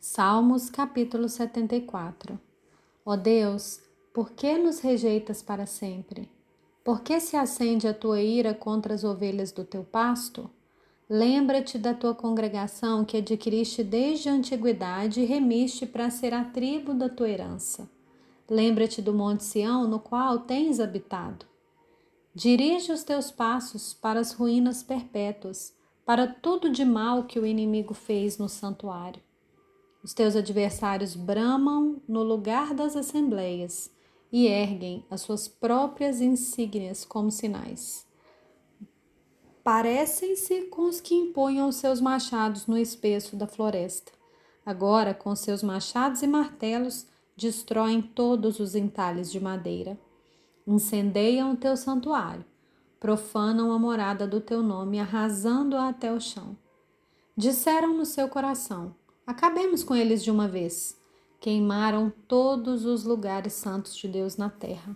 Salmos capítulo 74. Ó Deus, por que nos rejeitas para sempre? Por que se acende a tua ira contra as ovelhas do teu pasto? Lembra-te da tua congregação que adquiriste desde a antiguidade e remiste para ser a tribo da tua herança. Lembra-te do monte Sião, no qual tens habitado. Dirige os teus passos para as ruínas perpétuas, para tudo de mal que o inimigo fez no santuário. Os teus adversários bramam no lugar das assembleias e erguem as suas próprias insígnias como sinais. Parecem-se com os que empunham os seus machados no espesso da floresta. Agora, com seus machados e martelos, destroem todos os entalhes de madeira. Incendeiam o teu santuário, profanam a morada do teu nome, arrasando-a até o chão. Disseram no seu coração: acabemos com eles de uma vez. Queimaram todos os lugares santos de Deus na terra.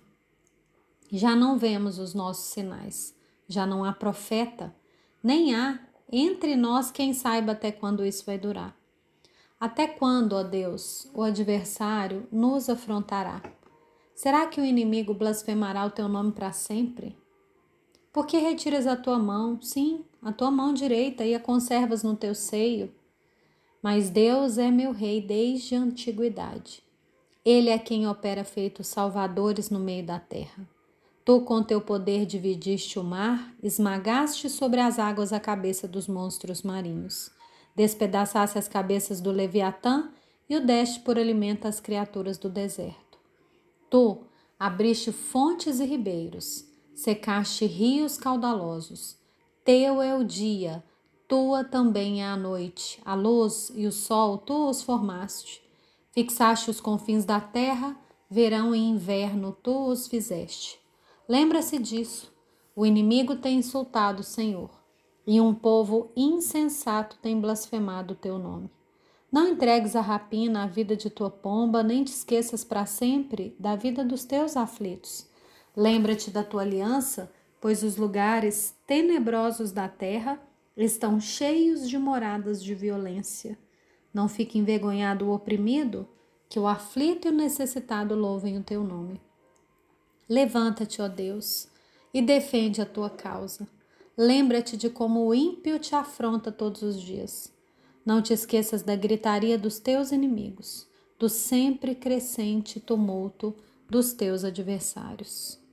Já não vemos os nossos sinais, já não há profeta, nem há entre nós quem saiba até quando isso vai durar. Até quando, ó Deus, o adversário nos afrontará? Será que o inimigo blasfemará o teu nome para sempre? Por que retiras a tua mão, sim, a tua mão direita, e a conservas no teu seio? Mas Deus é meu rei desde a antiguidade. Ele é quem opera feitos salvadores no meio da terra. Tu com teu poder dividiste o mar, esmagaste sobre as águas a cabeça dos monstros marinhos. Despedaçaste as cabeças do Leviatã e o deste por alimento às criaturas do deserto. Tu abriste fontes e ribeiros, secaste rios caudalosos. Teu é o dia, tua também é a noite, a luz e o sol tu os formaste. Fixaste os confins da terra, verão e inverno tu os fizeste. Lembra-se disso, o inimigo tem insultado o Senhor, e um povo insensato tem blasfemado o teu nome. Não entregues a rapina à vida de tua pomba, nem te esqueças para sempre da vida dos teus aflitos. Lembra-te da tua aliança, pois os lugares tenebrosos da terra estão cheios de moradas de violência. Não fique envergonhado o oprimido, que o aflito e o necessitado louvem o teu nome. Levanta-te, ó Deus, e defende a tua causa. Lembra-te de como o ímpio te afronta todos os dias. Não te esqueças da gritaria dos teus inimigos, do sempre crescente tumulto dos teus adversários.